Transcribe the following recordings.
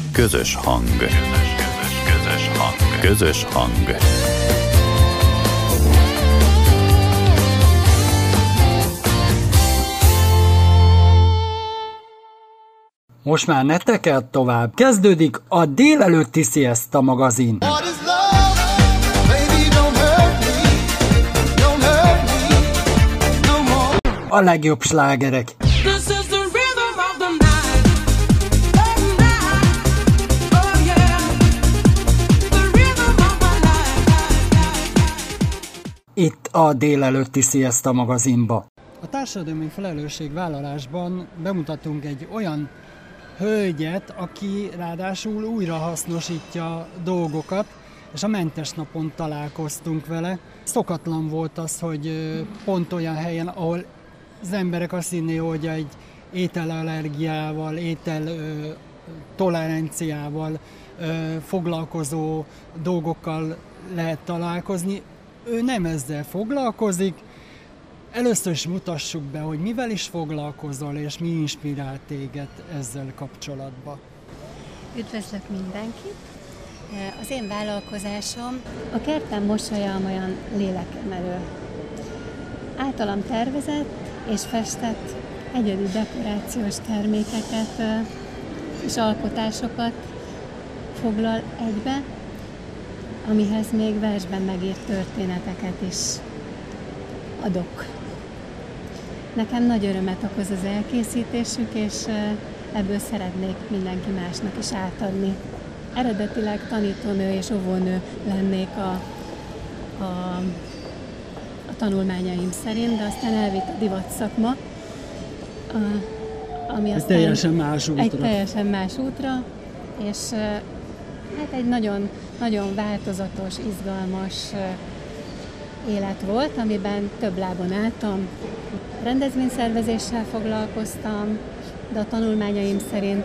Közös hang. Közös hang. Közös hang. Most már ne tekerd tovább. Kezdődik a délelőtti Sziaszta magazin. A legjobb slágerek. Itt a délelőtti Sziaszta magazinba. A társadalmi felelősségvállalásban bemutatunk egy olyan hölgyet, aki ráadásul újra hasznosítja dolgokat, és a mentes napon találkoztunk vele. Szokatlan volt az, hogy pont olyan helyen, ahol az emberek azt hinné, hogy egy ételallergiával, ételtoleranciával foglalkozó dolgokkal lehet találkozni. Ő nem ezzel foglalkozik. Először is mutassuk be, hogy mivel is foglalkozol, és mi inspirál téged ezzel kapcsolatban. Üdvözlök mindenkit! Az én vállalkozásom a kertem mosolyam olyan lélekemelő. Általam tervezett és festett egyedi dekorációs termékeket és alkotásokat foglal egybe, amihez még versben megírt történeteket is adok. Nekem nagy örömet okoz az elkészítésük, és ebből szeretnék mindenki másnak is átadni. Eredetileg tanítónő és óvónő lennék a tanulmányaim szerint, de aztán elvitt a divat szakma, ami aztán teljesen más útra, és hát egy nagyon, nagyon változatos, izgalmas élet volt, amiben több lábon álltam. Rendezvényszervezéssel foglalkoztam, de a tanulmányaim szerint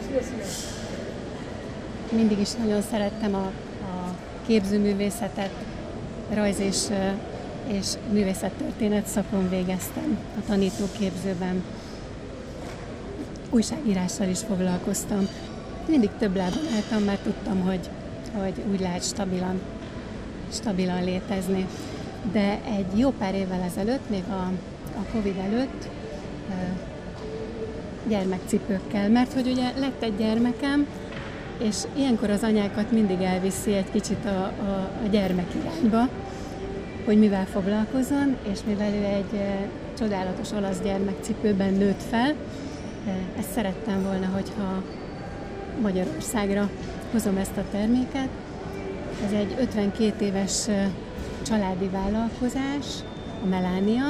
mindig is nagyon szerettem a képzőművészetet, rajz és művészettörténet szakon végeztem a tanítóképzőben. Újságírással is foglalkoztam. Mindig több lábon álltam, mert tudtam, hogy úgy lehet stabilan létezni. De egy jó pár évvel ezelőtt, még a Covid előtt gyermekcipőkkel, mert hogy ugye lett egy gyermekem, és ilyenkor az anyákat mindig elviszi egy kicsit a gyermek irányba, hogy mivel foglalkozzon, és mivel ő egy csodálatos olasz gyermekcipőben nőtt fel, ezt szerettem volna, hogyha Magyarországra hozom ezt a terméket. Ez egy 52 éves családi vállalkozás, a Melánia.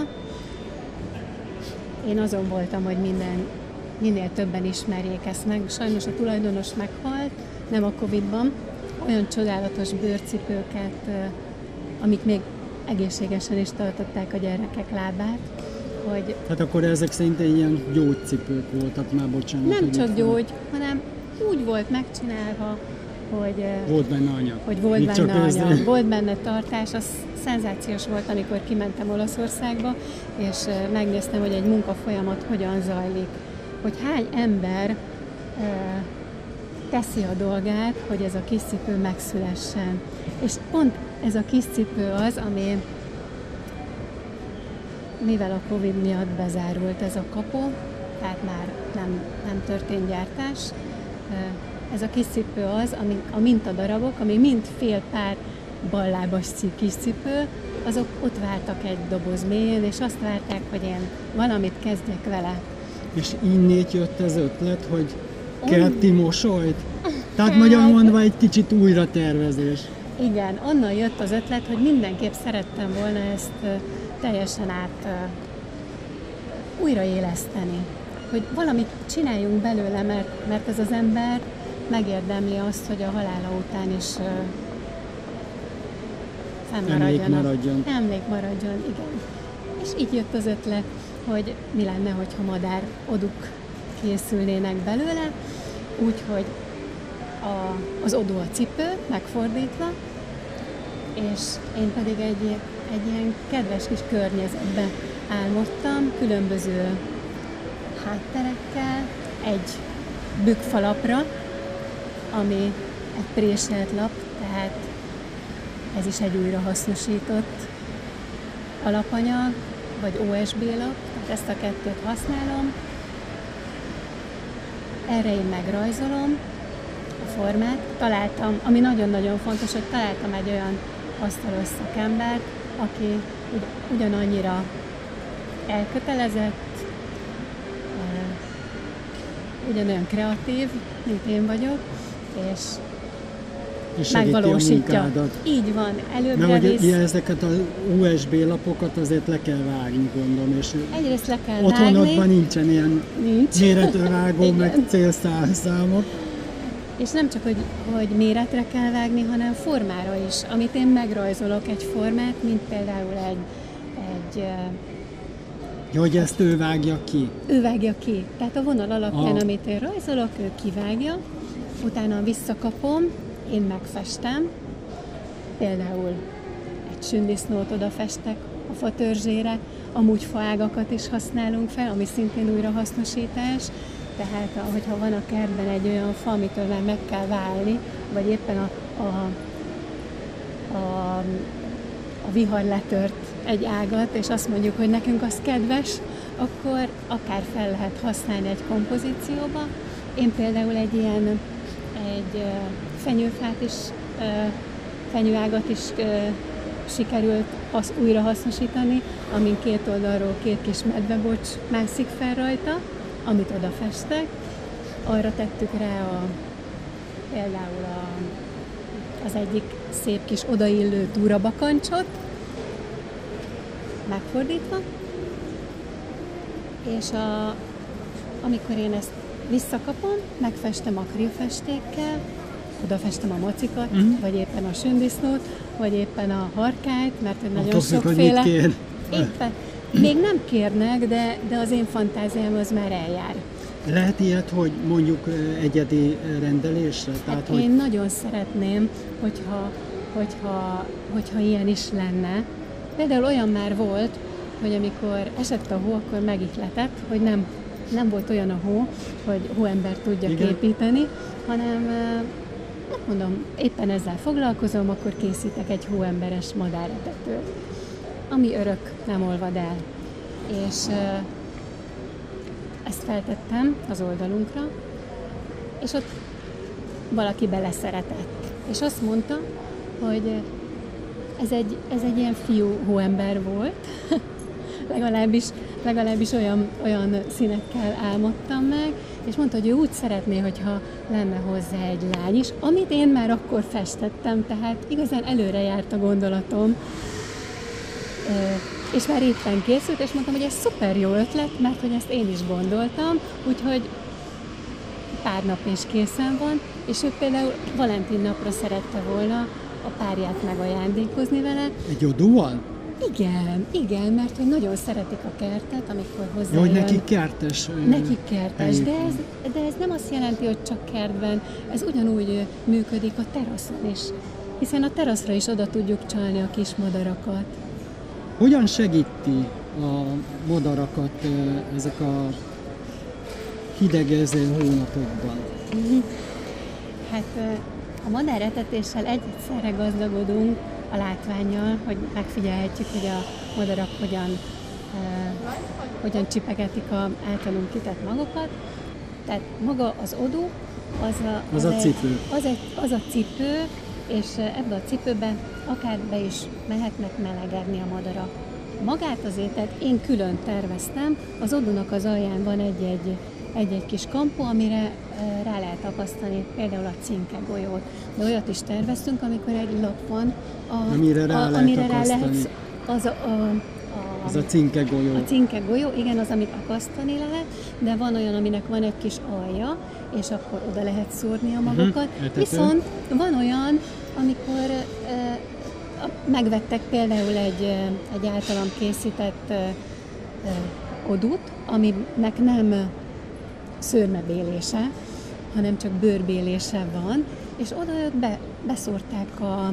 Én azon voltam, hogy minél többen ismerjék ezt meg. Sajnos a tulajdonos meghalt, nem a Covid-ban. Olyan csodálatos bőrcipőket, amik még egészségesen is tartották a gyerekek lábát, hogy... Hát akkor ezek szerint ilyen gyógycipők voltak már, bocsánat. Nem csak gyógy, hanem úgy volt megcsinálva, hogy volt benne anyag. Hogy volt benne anyag, volt benne tartás. Az szenzációs volt, amikor kimentem Olaszországba, és megnéztem, hogy egy munkafolyamat hogyan zajlik. Hogy hány ember teszi a dolgát, hogy ez a kis cipő megszülessen. És pont ez a kis cipő az, ami, mivel a Covid miatt bezárult ez a kapu, tehát már nem történt gyártás, ez a kis cipő az, ami a mintadarabok, ami mind fél pár ballábas kis cipő, azok ott vártak egy doboz mélyén, és azt várták, hogy én valamit kezdjek vele. És innét jött az ötlet, hogy kerti mosolyt? Tehát magyarul mondva egy kicsit újra tervezés. Igen, onnan jött az ötlet, hogy mindenképp szerettem volna ezt teljesen újraéleszteni. Hogy valamit csináljunk belőle, mert ez az ember megérdemli azt, hogy a halála után is Emlék maradjon, igen. És így jött az ötlet, hogy mi lenne, hogyha madár oduk készülnének belőle, úgyhogy az odó a cipő, megfordítva, és én pedig egy ilyen kedves kis környezetben álmodtam, különböző hátterekkel, egy bükkfalapra, ami egy préselt lap, tehát ez is egy újrahasznosított alapanyag, vagy OSB lap, tehát ezt a kettőt használom. Erre én megrajzolom a formát. Találtam, ami nagyon-nagyon fontos, hogy találtam egy olyan asztalos szakembert, aki ugyanannyira elkötelezett, ugyanolyan kreatív, mint én vagyok, és megvalósítja. Így van, előbbre visz. Mert ezeket az USB lapokat azért le kell vágni, gondolom, és egyrészt le kell otthonokban nincsen ilyen méretvágó, meg célszámok. És nem csak, hogy méretre kell vágni, hanem formára is. Amit én megrajzolok egy formát, mint például egy hogy ezt ő vágja ki? Ő vágja ki. Tehát a vonal alapján, amit én rajzolok, ő kivágja, utána visszakapom, én megfestem, például egy sündisznót odafestek a fa törzsére, amúgy faágakat is használunk fel, ami szintén újrahasznosítás, tehát hogyha van a kertben egy olyan fa, amitől már meg kell válni, vagy éppen a vihar letört egy ágat, és azt mondjuk, hogy nekünk az kedves, akkor akár fel lehet használni egy kompozícióba. Én például egy fenyőfát is, fenyőágat is sikerült újrahasznosítani, amin két oldalról két kis medvebocs mászik fel rajta, amit odafestek. Arra tettük rá például az egyik szép kis odaillő túrabakancsot, megfordítva, és amikor én ezt visszakapom, megfestem akrilfestékkel, odafestem a macikat, vagy éppen a sündisznót, vagy éppen a harkályt, mert hogy nagyon sokféle... Éppen. Még nem kérnek, de az én fantáziám az már eljár. Lehet ilyet, hogy mondjuk egyedi rendelésre? Tehát, én nagyon szeretném, hogyha ilyen is lenne. Például olyan már volt, hogy amikor esett a hó, akkor megihletett, hogy nem volt olyan a hó, hogy hóember tudja képíteni, hanem mondom, éppen ezzel foglalkozom, akkor készítek egy hóemberes madáretetőt, ami örök nem olvad el. És ezt feltettem az oldalunkra, és ott valaki beleszeretett. És azt mondta, hogy ez egy ilyen fiú hóember volt, legalábbis olyan színekkel álmodtam meg, és mondta, hogy ő úgy szeretné, hogyha lenne hozzá egy lány is, amit én már akkor festettem, tehát igazán előre járt a gondolatom, és már éppen készült, és mondtam, hogy ez szuper jó ötlet, mert hogy ezt én is gondoltam, úgyhogy pár nap is készen van, és ő például Valentin napra szerette volna a párját megajándékozni vele. Egy odúval? Igen, mert hogy nagyon szeretik a kertet, amikor hozzájön. Hogy nekik kertes. Nekik kertes, de ez nem azt jelenti, hogy csak kertben, ez ugyanúgy működik a teraszon is, hiszen a teraszra is oda tudjuk csalni a kis madarakat. Hogyan segíti a madarakat ezek a hidegező hónapokban? Hát a madáretetéssel egyszerre gazdagodunk a látvánnyal, hogy megfigyelhetjük, hogy a madarak hogyan csipegetik a általunk kitett magokat. Tehát maga az odú, az a cipő, és ebbe a cipőbe akár be is mehetnek melegedni a madarak. Magát az ételt én külön terveztem, az odúnak az alján van egy kis kampó, amire rá lehet akasztani például a cinkegolyót. De olyat is terveztünk, amikor egy lap van, amire rá lehet az a cinkegolyó. A cinkegolyó, igen, az, amit akasztani lehet, de van olyan, aminek van egy kis alja, és akkor oda lehet szórni a magokat. Viszont van olyan, amikor megvettek például egy általam készített odút, aminek nem szőrmebélése, hanem csak bőrbélése van, és oda beszórták a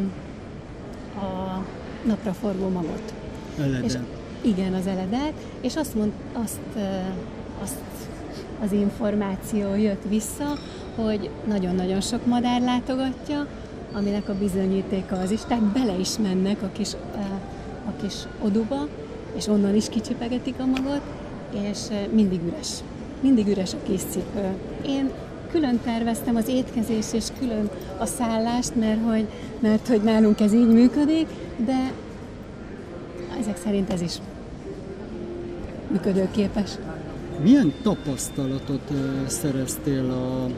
napraforgó magot. És igen, az eledet, és azt az információ jött vissza, hogy nagyon-nagyon sok madár látogatja, aminek a bizonyítéka az is, tehát bele is mennek a kis oduba, és onnan is kicsipegetik a magot, és mindig üres a kis cipő. Én külön terveztem az étkezést és külön a szállást, mert hogy nálunk ez így működik, de ezek szerint ez is működőképes. Milyen tapasztalatot szereztél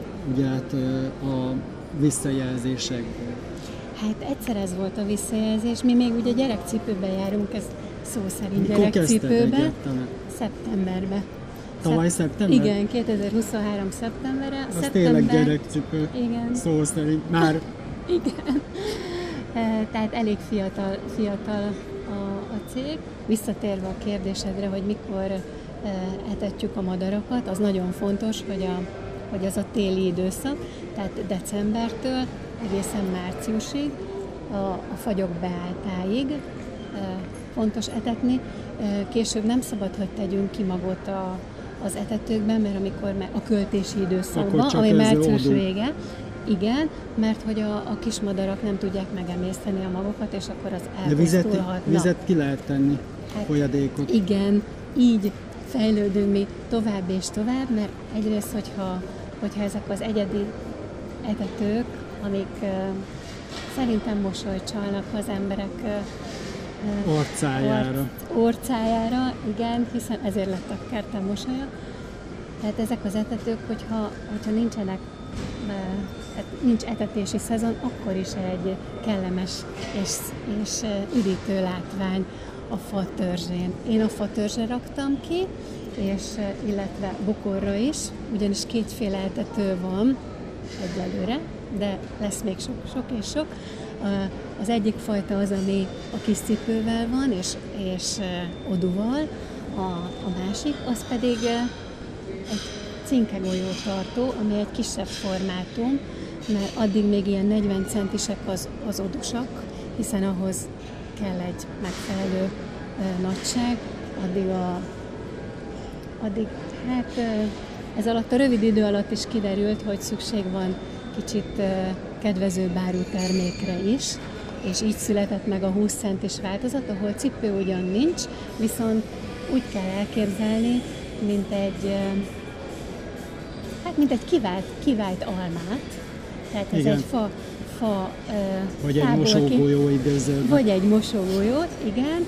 a visszajelzésekből? Hát egyszer ez volt a visszajelzés, mi még ugye gyerekcipőben járunk, ez szó szerint Mikor gyerekcipőben. Szeptemberben. Tavaly szeptember? Igen, 2023 szeptemberre. Az tényleg gyerekcipő, igen. Szó szerint. Már. Igen. Tehát elég fiatal a cég. Visszatérve a kérdésedre, hogy mikor etetjük a madarakat, az nagyon fontos, hogy az a téli időszak, tehát decembertől egészen márciusig, a fagyok beálltáig fontos etetni. Később nem szabad, hogy tegyünk ki magot az etetőkben, mert amikor a költési időszakban, ami március vége, igen, mert hogy a kismadarak nem tudják megemészteni a magokat, és akkor az elpusztulhatna. De vizet ki lehet tenni, folyadékot. Igen, így fejlődünk mi tovább és tovább, mert egyrészt, hogyha ezek az egyedi etetők, amik szerintem mosolyt csalnak az emberek orcájára, igen, hiszen ezért lett a kertem mosolya. Tehát ezek az etetők, hogyha nincsenek, tehát nincs etetési szezon, akkor is egy kellemes és üdítő látvány a fa törzsén. Én a fa törzsre raktam ki, illetve bokorra is, ugyanis kétféle etető van egyelőre, de lesz még sok és sok. Az egyik fajta az, ami a kis cipővel van, és oduval, a másik, az pedig egy cinkegolyótartó, ami egy kisebb formátum, mert addig még ilyen 40 centisek az odusak, hiszen ahhoz kell egy megfelelő nagyság, addig hát ez alatt a rövid idő alatt is kiderült, hogy szükség van kicsit kedvezőbb árutermékre is, és így született meg a 20 centis változat, ahol cipő ugyan nincs, viszont úgy kell elképzelni, mint egy kivált almát. Tehát ez egy fa vagy egy mosógolyó idézőben. Vagy egy mosógolyót, igen,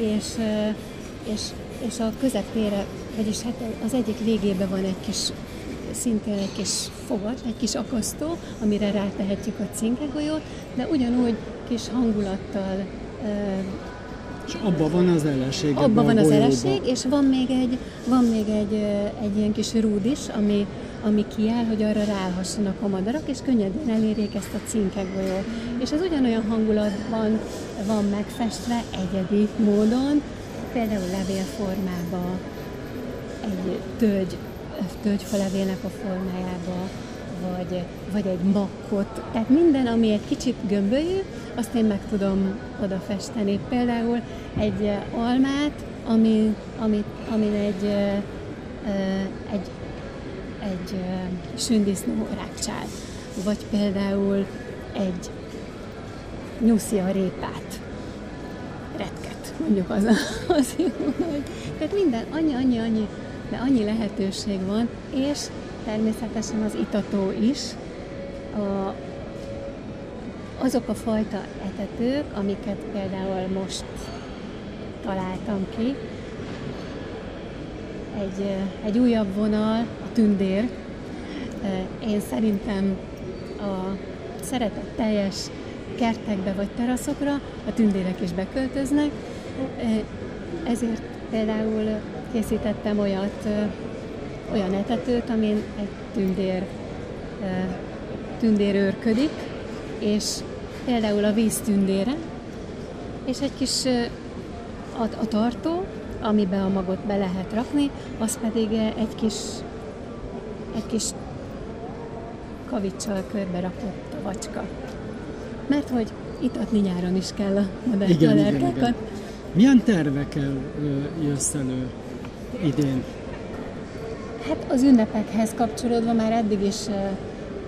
és a közepére, vagyis hát az egyik végében van szintén egy kis fogat, egy kis akasztó, amire rátehetjük a cinkegolyót, de ugyanúgy kis hangulattal. És abban van az eleség. Abban van az eleség, és van még egy ilyen kis rúd is, ami kiáll, hogy arra ráállhassanak a madarak, és könnyedén elérjék ezt a cinkegolyót. És ez ugyanolyan hangulatban van megfestve egyedi módon, például levélformában, egy tölgyfalevélnek a formájába, vagy egy makkot. Tehát minden, ami egy kicsit gömbölyű, azt én meg tudom oda festeni. Például egy almát, amin egy sündisznó rákcsál. Vagy például egy nyuszia répát, retket, mondjuk az jó. Tehát minden, annyi, de annyi lehetőség van, és természetesen az itató is. Azok a fajta etetők, amiket például most találtam ki, egy újabb vonal, a tündér. Én szerintem a szeretetteljes kertekbe vagy teraszokra a tündérek is beköltöznek, ezért például készítettem olyan etetőt, amin egy tündér őrködik, és például a víztündére, és egy kis a tartó, amiben a magot be lehet rakni, az pedig egy kis kavicsal körbe rakott tavacska. Mert hogy itatni nyáron is kell a madárkákat. Igen. Milyen tervekkel jössz elő idén? Hát az ünnepekhez kapcsolódva már eddig is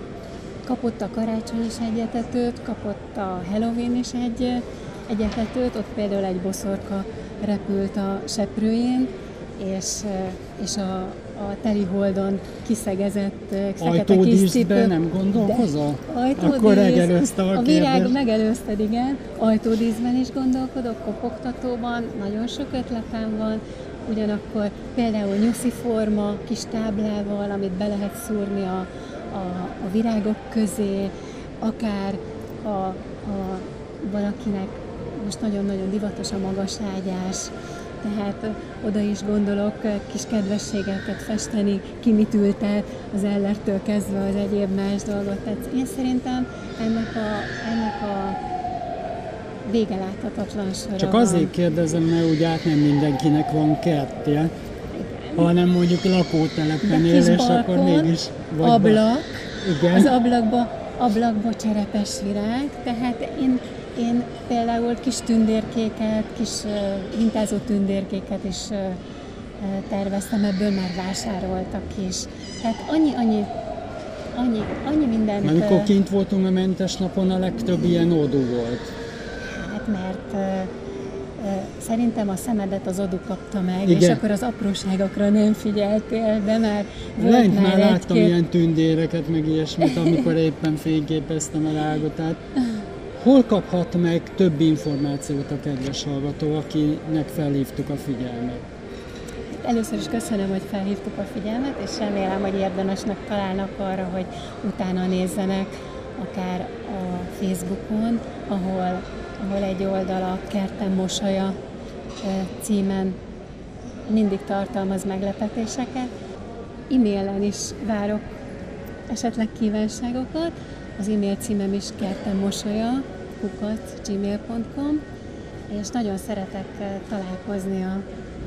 kapott a karácsony is egy etetőt, kapott a Halloween is egy etetőt, ott például egy boszorka repült a seprőjén, és a teli holdon kiszegezett fekete kis cipő. Nem gondolkozol? Akkor megelőztem a virág megelőzted, igen. Ajtódíszben is gondolkodok, kopogtatóban, nagyon sok ötletem van. Ugyanakkor például nyusziforma, kis táblával, amit be lehet szúrni a virágok közé, akár ha valakinek most nagyon-nagyon divatos a magaságyás, tehát oda is gondolok kis kedvességeket festeni, ki mit ültet, az ellertől kezdve az egyéb más dolgot. Tehát én szerintem ennek a vége láthatatlan sora. Csak azért kérdezem, mert úgy át nem mindenkinek van kertje, hanem mondjuk lakótelepen él, és akkor mégis... Ablak, igen. Az ablakba cserepes virág, tehát én például kis tündérkéket, kis hintázó tündérkéket is terveztem, ebből már vásároltak is. Tehát annyi mindent... Amikor kint voltunk a mentes napon, a legtöbb ilyen odú volt. Hát mert szerintem a szemedet az odú kapta meg, igen. És akkor az apróságokra nem figyeltél, de már volt Lent már láttam egy-két... ilyen tündéreket, meg ilyesmit, amikor éppen fényképeztem a rágotát. Hol kaphat meg több információt a kedves hallgató, akinek felhívtuk a figyelmet? Először is köszönöm, hogy felhívtuk a figyelmet, és remélem, hogy érdemesnek találnak arra, hogy utána nézzenek, akár a Facebookon, ahol egy oldal a Kertem mosolya címen mindig tartalmaz meglepetéseket. E-mailen is várok esetleg kívánságokat. Az e-mail címem is kertemmosolya@gmail.com, és nagyon szeretek találkozni a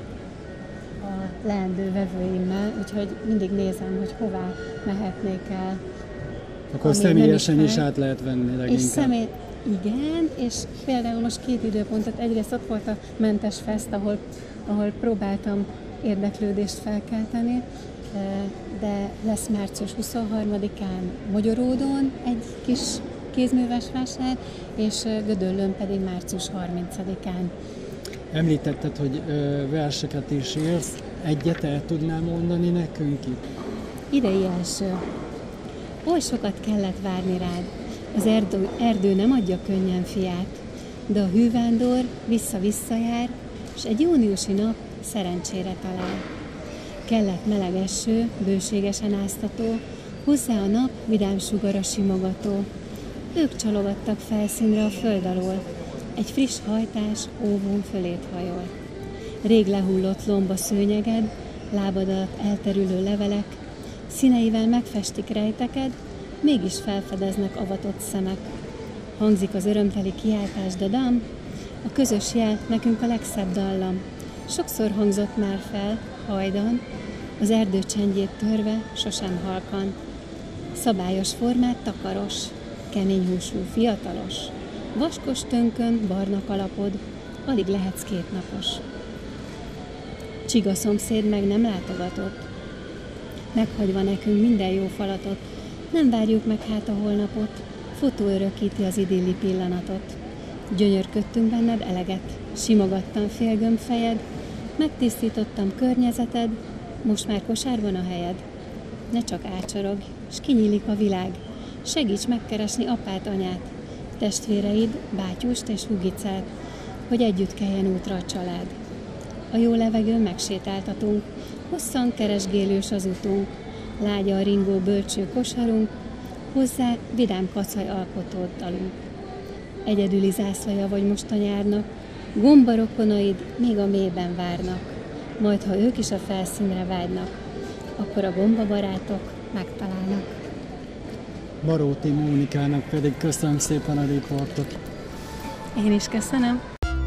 leendő vevőimmel, úgyhogy mindig nézem, hogy hová mehetnék el. Akkor személyesen is át lehet venni leginkább. Igen, és például most 2 időpontot, egyrészt ott volt a Mentes Fest, ahol próbáltam érdeklődést felkelteni, de lesz március 23-án Magyaródon egy kis kézműves vásár, és Gödöllőn pedig március 30-án. Említetted, hogy verseket is írsz. Egyet el tudnál mondani nekünk itt? Idei első. Oly sokat kellett várni rád. Az erdő nem adja könnyen fiát, de a hűvándor vissza-vissza jár, és egy júniusi nap szerencsére talál. Kellett meleg eső, bőségesen áztató, hozzá a nap vidám sugara simogató. Ők csalogattak felszínre a föld alól, egy friss hajtás óvón fölét hajol. Rég lehullott lomba szőnyeged, lábad alatt elterülő levelek, színeivel megfestik rejteked, mégis felfedeznek avatott szemek. Hangzik az örömteli kiáltás, dadam, a közös jel nekünk a legszebb dallam. Sokszor hangzott már fel, hajdan, az erdő csendjét törve, sosem halkan. Szabályos formát takaros, kemény húsú fiatalos. Vaskos tönkön, barna kalapod, alig lehetsz 2 napos. Csiga szomszéd meg nem látogatott, meghagyva nekünk minden jó falatot. Nem várjuk meg hát a holnapot, fotó örökíti az idilli pillanatot. Gyönyörködtünk benned eleget, simogattam félgömb fejed, megtisztítottam környezeted, most már kosárban a helyed. Ne csak ácsorogj, s kinyílik a világ, segíts megkeresni apát, anyát, testvéreid, bátyust és hugicát, hogy együtt keljen útra a család. A jó levegőn megsétáltatunk, hosszan keresgélős az utunk, lágya a ringó bölcső kosarunk, hozzá vidám kacaj alkotót dalunk. Egyedüli zászlaja vagy most a nyárnak, gombarokonaid még a mélyben várnak, majd ha ők is a felszínre vágynak, akkor a gombabarátok megtalálnak. Baróti Mónikának pedig köszönöm szépen a riportot. Én is köszönöm.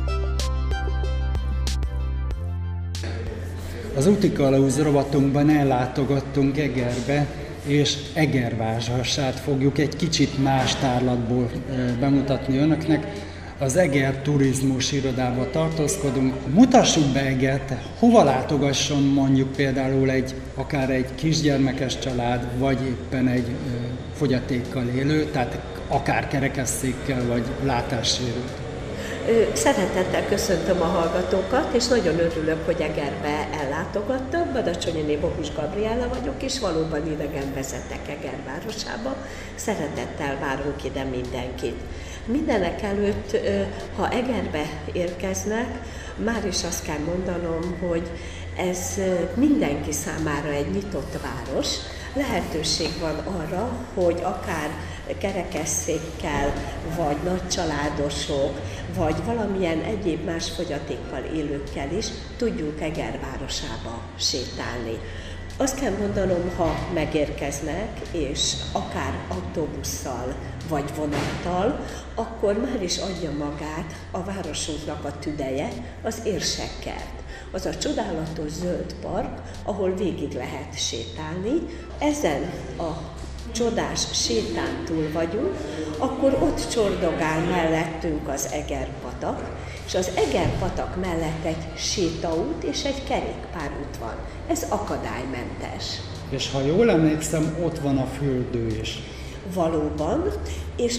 Az Úti Kalauz rovatunkban ellátogattunk Egerbe, és Egervázsasát fogjuk egy kicsit más tárlatból bemutatni önöknek. az Eger Turizmus Irodába tartózkodunk. Mutassuk be Egert, hova látogasson mondjuk például akár egy kisgyermekes család, vagy éppen egy fogyatékkal élő, tehát akár kerekesszékkel, vagy látássérült. Szeretettel köszöntöm a hallgatókat, és nagyon örülök, hogy Egerbe ellátogattam. Badacsonyiné Bokus Gabriella vagyok, és valóban idegen vezetek Eger városába. Szeretettel várunk ide mindenkit. Mindenek előtt, ha Egerbe érkeznek, már is azt kell mondanom, hogy ez mindenki számára egy nyitott város. Lehetőség van arra, hogy akár kerekesszékkel, vagy nagycsaládosok, vagy valamilyen egyéb más fogyatékkal élőkkel is tudjunk Eger városába sétálni. Azt kell mondanom, ha megérkeznek, és akár autóbusszal vagy vonattal, akkor már is adja magát a városunknak a tüdeje, az Érsekkert. Az a csodálatos zöld park, ahol végig lehet sétálni. Ezen a csodás sétán túl vagyunk, akkor ott csordogál mellettünk az Eger-patak, és az Eger-patak mellett egy sétaút és egy kerékpárút van. Ez akadálymentes. És ha jól emlékszem, ott van a fürdő is. Valóban, és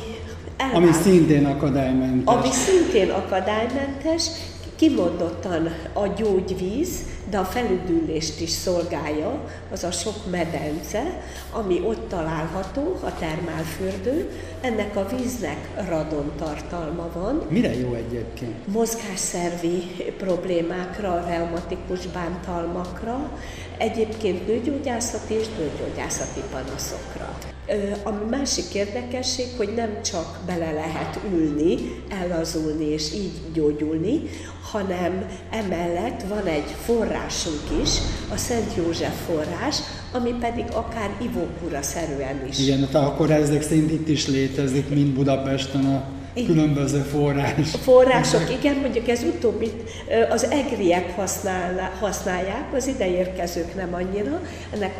ami szintén akadálymentes. Ami szintén akadálymentes, kimondottan a gyógyvíz, de a felüdülést is szolgálja, az a sok medence, ami ott található, a termálfürdő. Ennek a víznek radontartalma van. Mire jó egyébként? Mozgásszervi problémákra, reumatikus bántalmakra, egyébként nőgyógyászati és bőrgyógyászati panaszokra. A másik érdekesség, hogy nem csak bele lehet ülni, ellazulni és így gyógyulni, hanem emellett van egy forrásunk is, a Szent József forrás, ami pedig akár ivókura-szerűen is. Igen, akkor ezek szerint itt is létezik, mint Budapesten a különböző források, igen, mondjuk ez utóbbit az egriek használják, az ideérkezők nem annyira. Ennek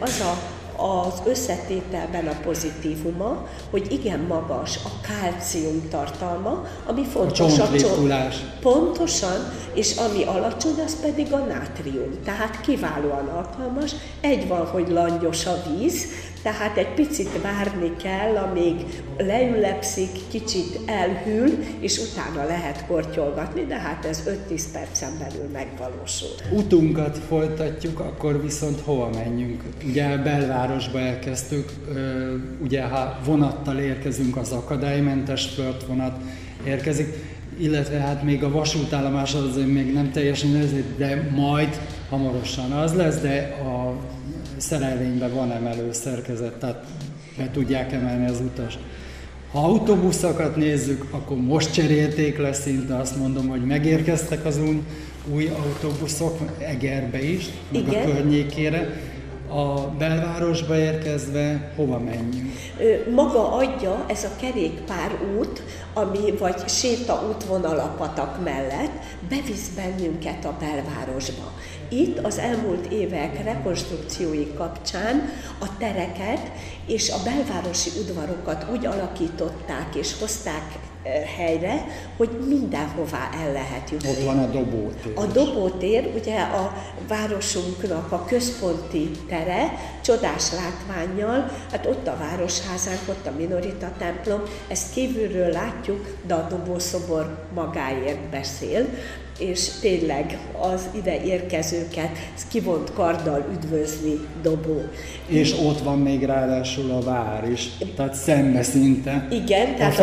az összetételben a pozitívuma, hogy igen magas a kálcium tartalma, ami fontos a csontritkulás. Pontosan, és ami alacsony, az pedig a nátrium. Tehát kiválóan alkalmas. Egy van, hogy langyos a víz, tehát egy picit várni kell, amíg leülepszik, kicsit elhűl, és utána lehet kortyolgatni, de hát ez 5-10 percen belül megvalósul. Utunkat folytatjuk, akkor viszont hova menjünk? Ugye belvárosba elkezdtük, ugye ha vonattal érkezünk, az akadálymentes flörtvonat érkezik, illetve hát még a vasútállomás azért még nem teljesen, de majd hamarosan az lesz, de a szerelvényben van emelő szerkezet, tehát be tudják emelni az utast. Ha autóbuszokat nézzük, akkor most cserélték le szinte, azt mondom, hogy megérkeztek az új autóbuszok Egerbe is, meg a környékére. A belvárosba érkezve hova menjünk? Maga adja ez a kerékpárút, vagy sétaútvonal a patak mellett, bevisz bennünket a belvárosba. Itt az elmúlt évek rekonstrukciói kapcsán a tereket és a belvárosi udvarokat úgy alakították és hozták helyre, hogy mindenhová el lehet jutni. Ott van a Dobótér. A Dobótér, ugye a városunknak a központi tere, csodás látvánnyal, hát ott a Városházánk, ott a Minorita templom, ezt kívülről látjuk, de a dobószobor magáért beszél, és tényleg az ide érkezőket kivont karddal üdvözli Dobó. És ott van még ráadásul a vár is, tehát szembe szinte. Igen, tehát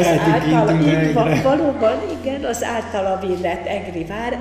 valóban igen, az általa védett egri vár,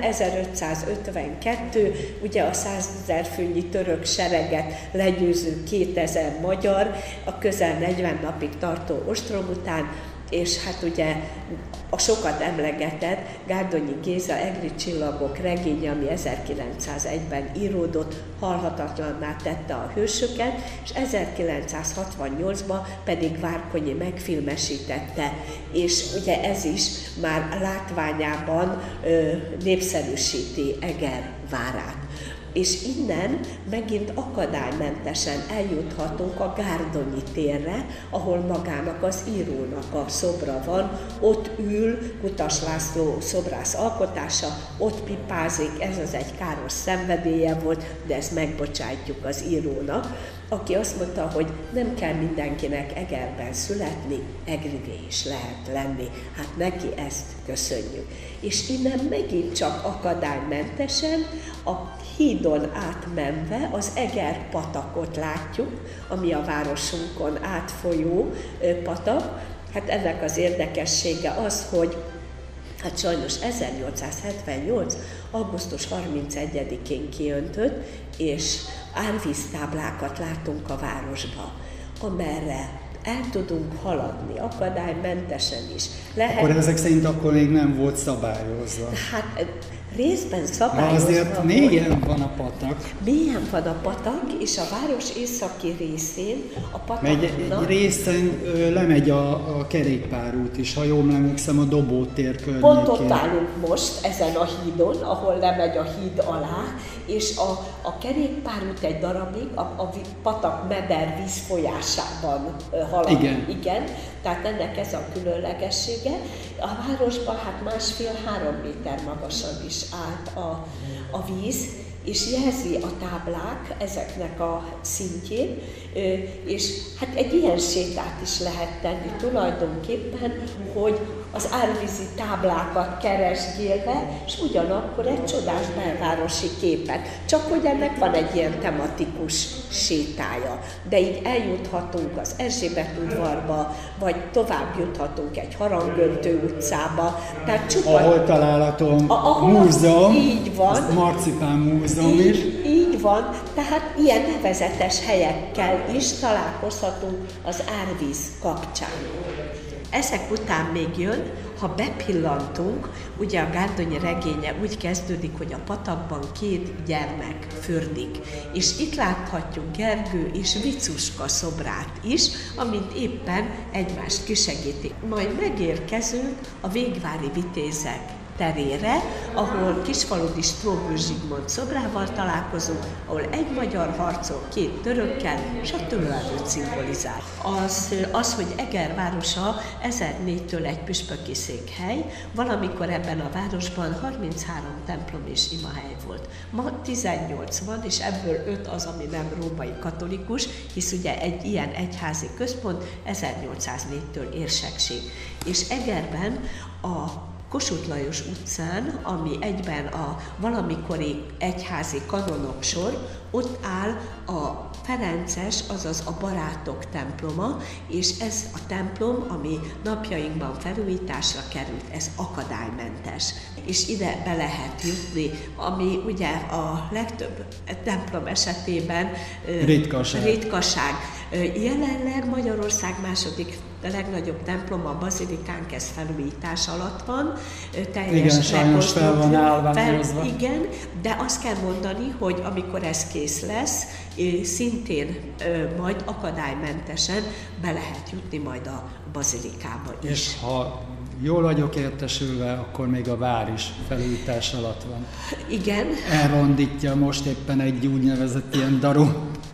1552, ugye a 100 000 főnyi török sereget legyőző 2000 magyar, a közel 40 napig tartó ostrom után, és hát ugye a sokat emlegetett Gárdonyi Géza Egri csillagok regénye, ami 1901-ben íródott, halhatatlanná tette a hősöket, és 1968-ban pedig Várkonyi megfilmesítette, és ugye ez is már látványában népszerűsíti Eger várát. És innen megint akadálymentesen eljuthatunk a Gárdonyi térre, ahol magának az írónak a szobra van, ott ül, Kutas László szobrász alkotása, ott pipázik, ez az egy káros szenvedélye volt, de ezt megbocsátjuk az írónak, aki azt mondta, hogy nem kell mindenkinek Egerben születni, egrivé is lehet lenni. Hát neki ezt köszönjük. És innen megint csak akadálymentesen a hídon átmenve az Eger patakot látjuk, ami a városunkon átfolyó patak. Hát ennek az érdekessége az, hogy hát sajnos 1878. augusztus 31-én kiöntött, és árvíztáblákat látunk a városba, amerre el tudunk haladni, akadálymentesen is. Lehet... Akkor ezek szerint akkor még nem volt szabályozva. Hát részben szabályozva. Azért mélyen van a patak. Mélyen van a patak, és a város északi részén a pataknak... Egy részen lemegy a kerékpárút is, ha jól emlékszem, a Dobótér környékén. Pont ott állunk most, ezen a hídon, ahol lemegy a híd alá, és a kerékpárút egy darabig a patak meder vízfolyásában halad. Igen. Tehát ennek ez a különlegessége. A városban hát 1,5-3 méter magasan is állt a víz, és jelzi a táblák ezeknek a szintjén, és hát egy ilyen sétát is lehet tenni tulajdonképpen, hogy az árvízi táblákat keresgélve, és ugyanakkor egy csodás belvárosi képet. Csak hogy ennek van egy ilyen tematikus sétája. De így eljuthatunk az Erzsébet udvarba, vagy tovább juthatunk egy Harangöntő utcába. Tehát ahol található a múzeum, így van. Marcipán múzeum is. Így van, tehát ilyen nevezetes helyekkel is találkozhatunk az árvíz kapcsán. Ezek után még jön, ha bepillantunk, ugye a Gárdonyi regénye úgy kezdődik, hogy a patakban 2 gyermek fürdik. És itt láthatjuk Gergő és Vicuska szobrát is, amint éppen egymást kisegítik. Majd megérkezünk a Végvári Vitézek terére, ahol Kisfaludy Stróbül Zsigmond szobrával találkozunk, ahol egy magyar harcol 2 törökkel, és a tőlelőt szimbolizál. Az, hogy Eger városa 1004-től egy püspöki székhely, valamikor ebben a városban 33 templom és imahely volt. Ma 18 van, és ebből 5 az, ami nem római katolikus, hisz ugye egy ilyen egyházi központ 1804-től érsekség. És Egerben a Kossuth Lajos utcán, ami egyben a valamikori egyházi kanonok sor, ott áll a Ferences, azaz a Barátok temploma, és ez a templom, ami napjainkban felújításra került, ez akadálymentes. És ide be lehet jutni, ami ugye a legtöbb templom esetében ritkaság. Jelenleg Magyarország második legnagyobb temploma, a bazilikánk, ez felújítás alatt van. Igen, sajnos fel van állványozva. Igen, de azt kell mondani, hogy amikor ez kész lesz, szintén majd akadálymentesen be lehet jutni majd a bazilikába is. És ha jól vagyok értesülve, akkor még a vár is felújítás alatt van. Igen. Elrondítja most éppen egy úgynevezett ilyen daru.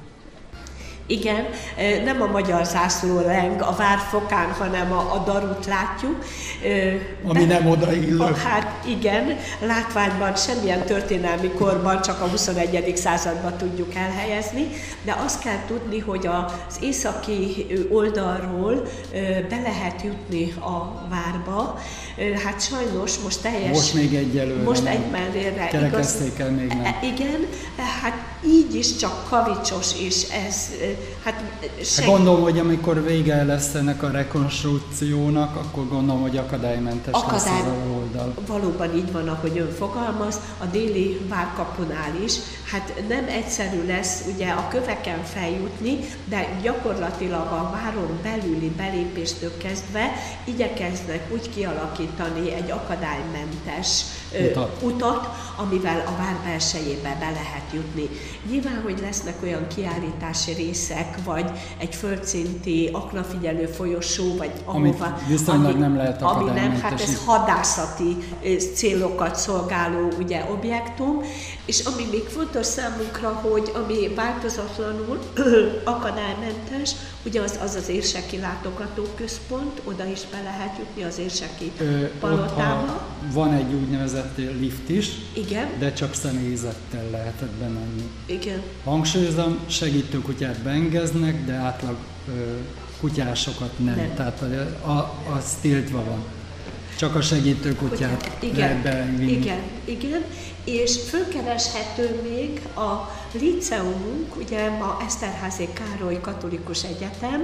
Igen, nem a magyar zászló leng a várfokán, hanem a darut látjuk. Ami nem odaillő. Hát igen, látványban semmilyen történelmi korban, csak a 21. században tudjuk elhelyezni, de azt kell tudni, hogy az északi oldalról be lehet jutni a várba. Hát sajnos most teljes... Most még egyelőre. Most egy mellére. Kerekezték el még nem. Igen, hát így is csak kavicsos, és ez... Hát gondolom, hogy amikor vége lesz ennek a rekonstrukciónak, akkor gondolom, hogy akadálymentes lesz az oldal. Valóban így van, ahogy ön fogalmaz, a déli várkapunál is. Hát nem egyszerű lesz ugye a köveken feljutni, de gyakorlatilag a váron belüli belépéstől kezdve igyekeznek úgy kialakítani egy akadálymentes utat, amivel a vár belsejébe be lehet jutni. Nyilván, hogy lesznek olyan kiállítási részek, vagy egy földszinti aknafigyelő folyosó, vagy ahova... Viszonylag nem lehet akadálymentes. Ami nem, hát ez hadászati házi célokat szolgáló ugye, objektum, és ami még fontos számunkra, hogy ami változatlanul akadálymentes, ugye az érseki látogatóközpont, oda is be lehet jutni az érseki palotába. Van egy úgynevezett lift is, igen, de csak személyzettel lehetett bemenni. Igen. Hangsúlyozom, segítőkutyát beengednek, de átlag kutyásokat nem. Tehát az tiltva van. Csak a segítőkutyát lehet bevinni. Igen. És fölkereshető még a liceumunk, ugye ma Eszterházy Károly Katolikus Egyetem,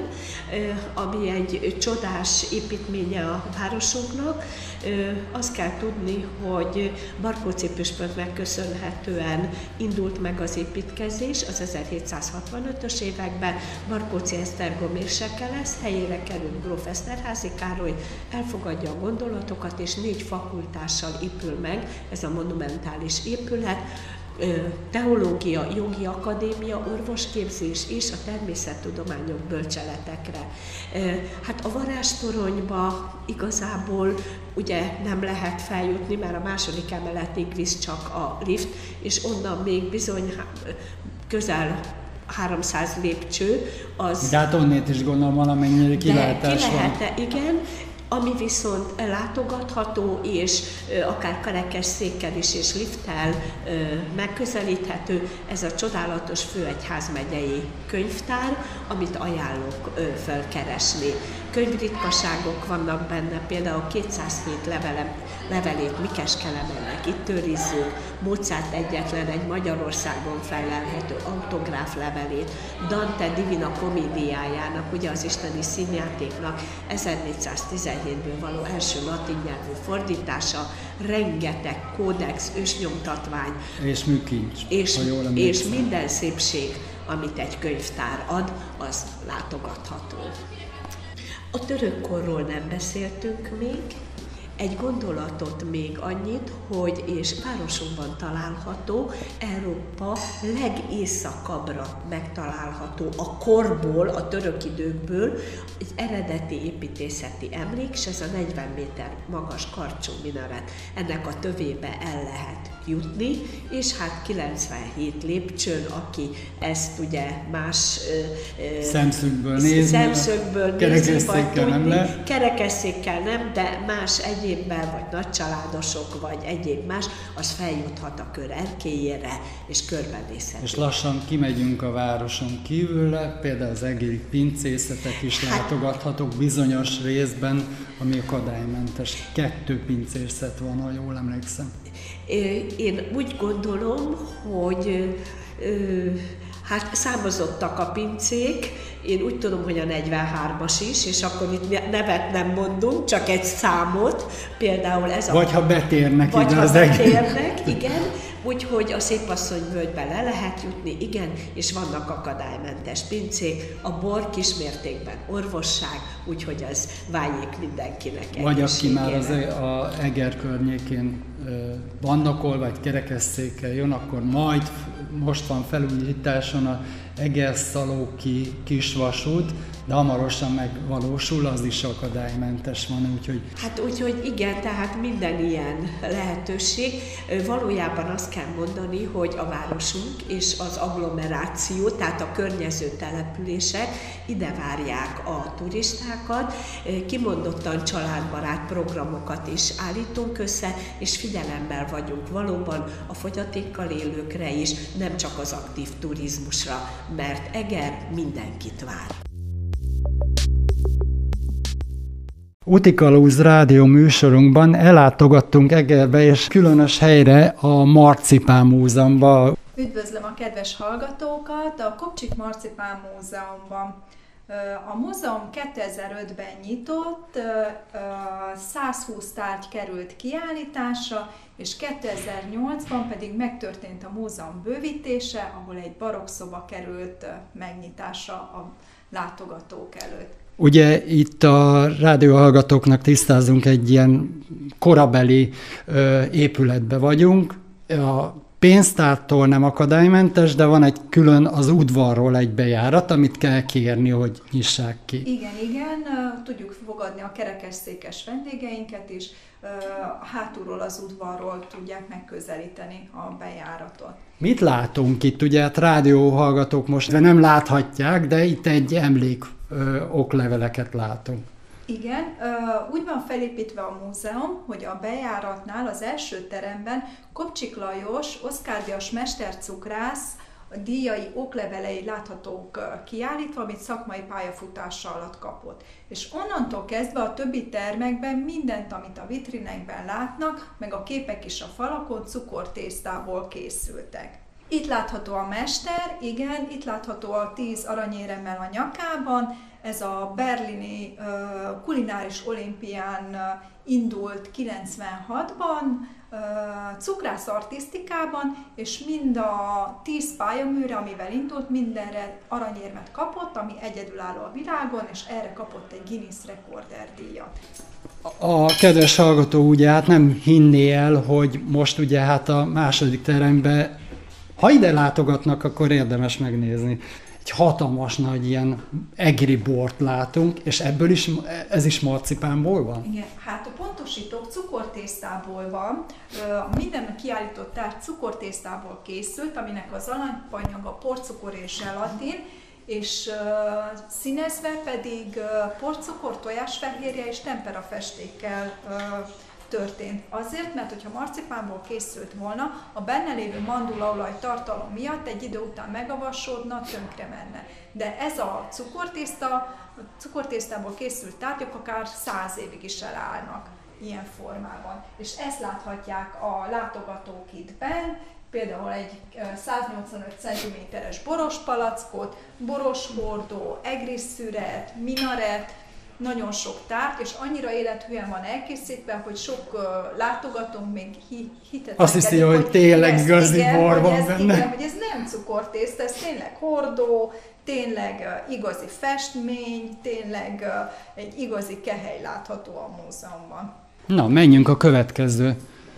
ami egy csodás építménye a városunknak. Azt kell tudni, hogy Barkóczy püspöknek köszönhetően indult meg az építkezés az 1765-ös években. Barkóczy Esztergom érseke lesz, helyére kerül gróf Eszterházy Károly, elfogadja a gondolatokat, és 4 fakultással épül meg ez a monumentális épület. Teológia, jogi akadémia, orvosképzés és a természettudományok bölcseletekre. Hát a varázstoronyba igazából ugye nem lehet feljutni, mert a második emeletig visz csak a lift, és onnan még bizony közel 300 lépcső. De hát onnét is gondolom valamennyire kilátás van. Igen. Ami viszont látogatható, és akár kerekesszékkel is és lifttel megközelíthető, ez a csodálatos főegyházmegyei könyvtár, amit ajánlok felkeresni. Könyvritkaságok vannak benne, például 207 levelét Mikes Kelemennek itt őrizzük, Mozart egyetlen egy Magyarországon fellelhető autográf levelét, Dante Divina Comediájának, ugye az isteni színjátéknak 1417-ből való első latin nyelvű fordítása, rengeteg kódex, ősnyomtatvány és műkincs, és minden szépség, amit egy könyvtár ad, az látogatható. A török korról nem beszéltünk még, egy gondolatot még annyit, hogy és városunkban található, Európa legészakabbra megtalálható a korból, a török időkből egy eredeti építészeti emlék, és ez a 40 méter magas karcsú minaret. Ennek a tövébe el lehet jutni, és hát 97 lépcsőn, aki ezt ugye más szemszögből nézi, kerekesszékkel nem lehet. Kerekesszékkel nem, de más egyébben, vagy nagycsaládosok, vagy egyéb más, az feljuthat a kör erkélyére, és körbenézhet. És lassan kimegyünk a városon kívülre, például az egéri pincészetek is látogathatók bizonyos részben, ami akadálymentes. 2 pincészet van, ha jól emlékszem. Én úgy gondolom, hogy hát számozottak a pincék, én úgy tudom, hogy a 43-as is, és akkor itt nevet nem mondunk, csak egy számot, például ez vagy ha betérnek ide az igen, úgyhogy a Szépasszonyvölgybe le lehet jutni, igen, és vannak akadálymentes pincék, a bor kismértékben orvosság, úgyhogy az váljék mindenkinek egészségére. Vagy aki már az Eger környékén Bandakol vagy kerekesszékkel jön, akkor majd most van felújításon a Eger-Szalóki kisvasút, de hamarosan megvalósul, az is akadálymentes van, úgyhogy... Hát úgyhogy igen, tehát minden ilyen lehetőség. Valójában azt kell mondani, hogy a városunk és az agglomeráció, tehát a környező települések ide várják a turistákat, kimondottan családbarát programokat is állítunk össze, és figyelemmel vagyunk valóban a fogyatékkal élőkre is, nem csak az aktív turizmusra, mert Eger mindenkit vár. Utikalúz rádió műsorunkban ellátogattunk Egerbe és különös helyre a Marcipán Múzeumban. Üdvözlöm a kedves hallgatókat a Kopcsik Marcipán Múzeumban. A múzeum 2005-ben nyitott, 120 tárgy került kiállításra, és 2008-ban pedig megtörtént a múzeum bővítése, ahol egy barokkszoba került megnyitásra a látogatók előtt. Ugye itt a rádióhallgatóknak tisztázunk, egy ilyen korabeli épületbe vagyunk, a pénztártól nem akadálymentes, de van egy külön az udvarról egy bejárat, amit kell kérni, hogy nyissák ki. Igen, tudjuk fogadni a kerekesszékes vendégeinket is, hátulról az udvarról tudják megközelíteni a bejáratot. Mit látunk itt? Ugye hát rádióhallgatók most nem láthatják, de itt egy emlék okleveleket látunk. Igen, úgy van felépítve a múzeum, hogy a bejáratnál az első teremben Kopcsik Lajos, Oszkár-díjas mestercukrász a díjai oklevelei láthatók kiállítva, amit szakmai pályafutása alatt kapott. És onnantól kezdve a többi termekben mindent, amit a vitrinekben látnak, meg a képek is a falakon cukortésztából készültek. Itt látható a mester, igen, itt látható a 10 aranyéremmel a nyakában. Ez a berlini kulináris olimpián indult 96-ban, cukrász artisztikában, és mind a 10 pályaműre, amivel indult, mindenre aranyérmet kapott, ami egyedülálló a világon, és erre kapott egy Guinness Rekorder díjat. A kedves hallgató ugye hát nem hinné el, hogy most ugye hát a második teremben, ha ide látogatnak, akkor érdemes megnézni. Egy hatalmas nagy ilyen egri bort látunk, és ebből is, ez is marcipánból van? Igen, hát a pontosítók cukortésztából van. Minden kiállított tárgy cukortésztából készült, aminek az alapanyaga porcukor és zselatin, és színezve pedig porcukor, tojásfehérje és temperafestékkel történt. Azért, mert hogyha marcipánból készült volna, a benne lévő mandulaolaj tartalom miatt egy idő után megavasodna, tönkre menne. De ez a cukortésztából készült tárgyak akár 100 évig is elállnak ilyen formában. És ezt láthatják a látogatók itt benn, például egy 185 cm-es boros palackot, boros hordó, egrisszüret, minaret, nagyon sok tárgy, és annyira élethűen van elkészítve, hogy sok látogatónk még hitet azt hiszi, hogy tényleg igazi bor van benne. Igen, hogy ez nem cukortészta, ez tényleg hordó, tényleg igazi festmény, tényleg egy igazi kehely látható a múzeumban. Na, menjünk a következő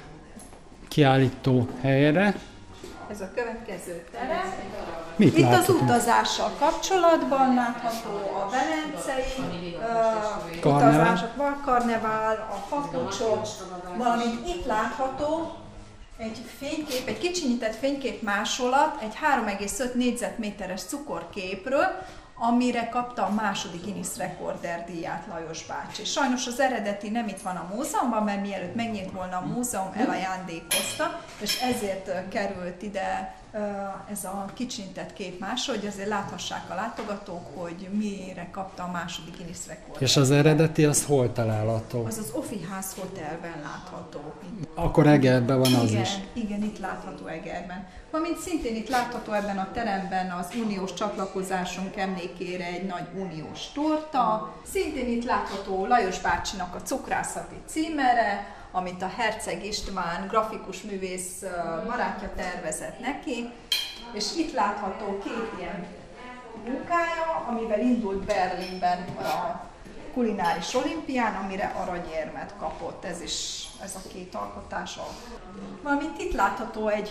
kiállító helyre. Ez a következő terem. Mit itt láthatunk? az utazással kapcsolatban látható a velencei utazások, Valkarnevál, a papucsok, valamint itt látható egy fénykép, egy kicsinyített fénykép másolat, egy 3,5 négyzetméteres cukorképről, amire kapta a második Guinness Rekorder díját Lajos bácsi. Sajnos az eredeti nem itt van a múzeumban, mert mielőtt megnyílt volna a múzeum, elajándékozta, és ezért került ide ez a kicsintett kép másra, hogy azért láthassák a látogatók, hogy mire kapta a második Guinness Rekorder. És az eredeti az hol található? Az az Office Hotelben látható. Akkor Egerben van az is. Igen, itt látható Egerben. Valamint szintén itt látható ebben a teremben az uniós csatlakozásunk emlékére egy nagy uniós torta. Szintén itt látható Lajos bácsinak a cukrászati címere, amit a Herceg István grafikus művész barátja tervezett neki. És itt látható 2 ilyen munkája, amivel indult Berlinben a kulináris olimpián, amire aranyérmet kapott. Ez a 2 alkotása. Valamint itt látható egy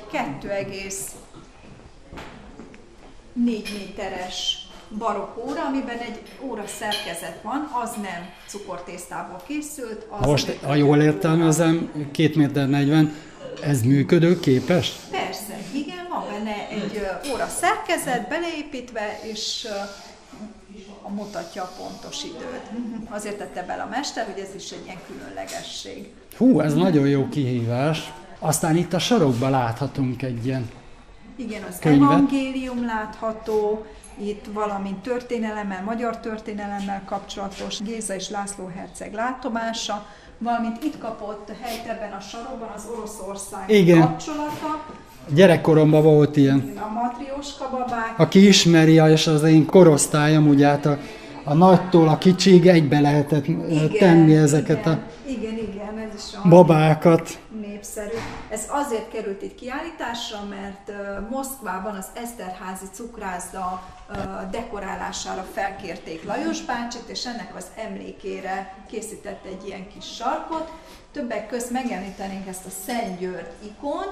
2,4 méteres barokk óra, amiben egy óra szerkezet van, az nem cukortésztából készült. Az most, ha jól értelmezem, 2,40 méter, ez működőképes? Persze, igen, van benne egy óra szerkezet beleépítve, és mutatja a pontos időt. Azért tette bele a mester, hogy ez is egy ilyen különlegesség. Hú, ez nagyon jó kihívás. Aztán itt a sarokban láthatunk egy ilyen igen, az könyvet. Evangélium látható, itt valamint történelemmel, magyar történelemmel kapcsolatos Géza és László herceg látomása, valamint itt kapott helyt ebben a sarokban az Oroszország kapcsolata. Gyerekkoromban volt ilyen. A matrioska babák. Aki ismeri, és az én korosztályom, ugye hát a nagytól a kicsig egybe lehetett tenni ezeket a ez is a babákat. Népszerű. Ez azért került itt kiállításra, mert Moszkvában az Eszterházy cukrászda dekorálására felkérték Lajos bácsit, és ennek az emlékére készített egy ilyen kis sarkot. Többek közt megemlítenénk ezt a Szent György ikont,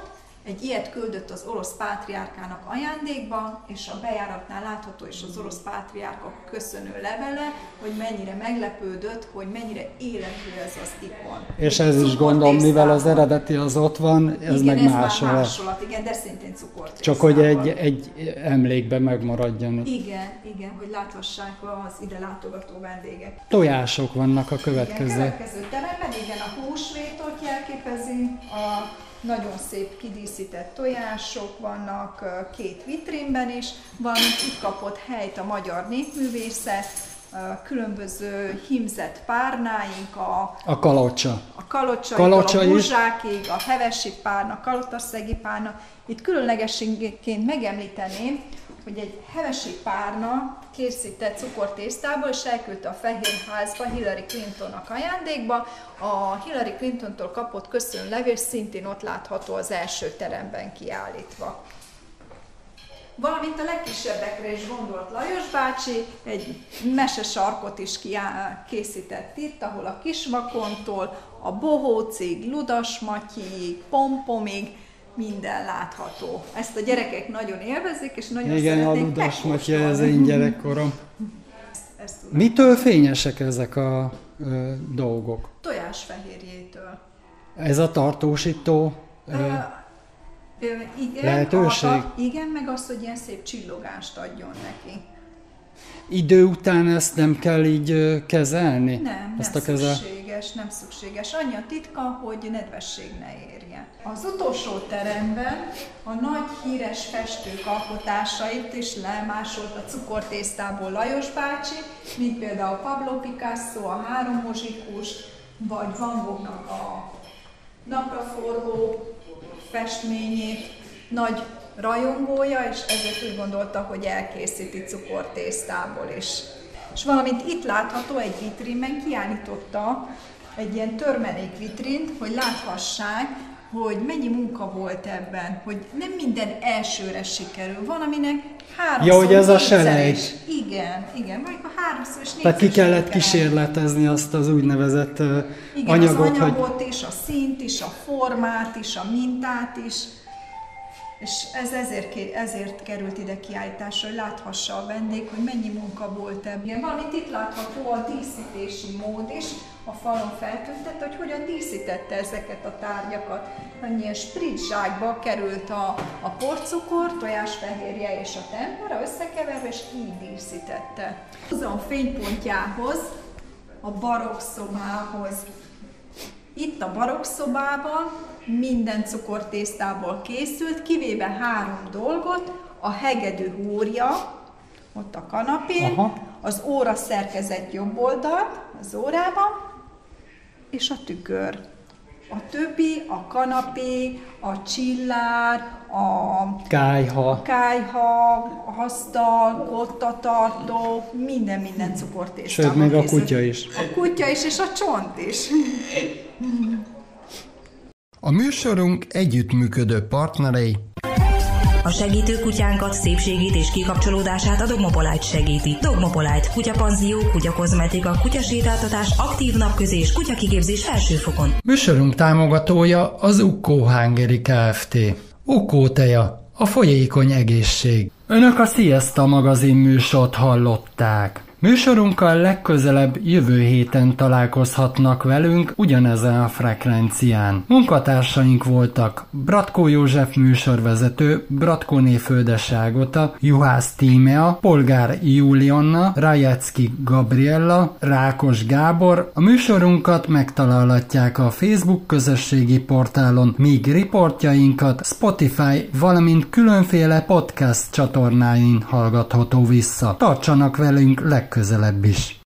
Egy ilyet küldött az orosz pátriárkának ajándékba, és a bejáratnál látható is az orosz pátriárka köszönő levele, hogy mennyire meglepődött, hogy mennyire élethű ez az ikon. És ez is gondolom, mivel az eredeti az ott van, ez igen, meg ez másolat. Igen, de szintén cukortésztával. Csak hogy egy emlékben megmaradjon. Igen, hogy láthassák az ide látogató vendégek. Tojások vannak a következő. Igen, következő teremben, igen, a húsvétot jelképezi, a nagyon szép kidíszített tojások vannak 2 vitrínben is, valamint itt kapott helyt a magyar népművészet, különböző hímzett párnáink, a kalocsa. A kalocsa a buzsákig, a hevesi párna, kalotaszegi párna. Itt különlegességként megemlíteném, hogy egy hevesi párna készített cukortésztából, és elküldte a Fehérházba Hillary Clintonnak ajándékba. A Hillary Clintontól kapott köszönőlevél szintén ott látható az első teremben kiállítva. Valamint a legkisebbekre is gondolt Lajos bácsi, egy mesesarkot is készített itt, ahol a Kisvakontól a Bohócig, Ludas Matyiig, Pompomig minden látható. Ezt a gyerekek nagyon élvezik, és nagyon igen, szeretnék megkóstolni. Igen, a Ludas Matyi, ez én gyerekkorom. Mitől fényesek ezek a dolgok? Tojásfehérjétől. Ez a tartósító igen, lehetőség? Igen, meg az, hogy ilyen szép csillogást adjon neki. Idő után ezt nem kell így kezelni? Nem szükséges. Annyi a titka, hogy nedvesség ne érje. Az utolsó teremben a nagy híres festők alkotásait is lemásolt a cukortésztából Lajos bácsi, mint például Pablo Picasso, a 3 muzsikus, vagy Van Goghnak a napraforgó festményét, nagy rajongója, és ezért úgy gondolta, hogy elkészíti cukortésztából is. És valamint itt látható, egy vitrínben kiállította egy ilyen törmelék vitrint, hogy láthassák, hogy mennyi munka volt ebben, hogy nem minden elsőre sikerül, van, aminek 3-szor, ja, hogy ez a selejt. Igen, vagy a 3-szor és 4-szer. Tehát ki kellett kísérletezni azt az úgynevezett anyagot, az anyagot is, a színt is, a formát is, a mintát is. És ez ezért került ide kiállításra, hogy láthassa a vendég, hogy mennyi munka volt ebben. Valamint itt látható a díszítési mód is, a falon feltüntette, hogy hogyan díszítette ezeket a tárgyakat. Annyi spritzsákba került a porcukor, tojásfehérje és a tempera összekeverve, és így díszítette. A fénypontjához, a barokkszobához. Itt a barokkszobában minden cukortésztából készült, kivéve 3 dolgot, a hegedű húrja, ott a kanapén, az óra szerkezet jobb oldalt, az órában, és a tükör. A többi, a kanapé, a csillár, a kályha, a asztal, kottatartó, minden cukortésztában. Sőt, még a kutya is. A kutya is, és a csont is. A műsorunk együttműködő partnerei. A segítő kutyánkat, szépségét és kikapcsolódását a Dogmopolite segíti. Dogmopolite, kutyapanzió, kutyakozmetika, kutyasétáltatás, aktív napközés, kutyakigépzés felsőfokon. Műsorunk támogatója az Ukko Hungary Kft. Ukko teja, a folyékony egészség. Önök a Sziaszta magazin műsort hallották. Műsorunkkal legközelebb jövő héten találkozhatnak velünk ugyanezen a frekvencián. Munkatársaink voltak Bratkó József műsorvezető, Bratkóné Földes Ágota, Juhász Tímea, Polgár Julianna, Rajecki Gabriella, Rákos Gábor. A műsorunkat megtalálhatják a Facebook közösségi portálon, míg riportjainkat Spotify, valamint különféle podcast csatornáin hallgatható vissza. Tartsanak velünk legközelebb is!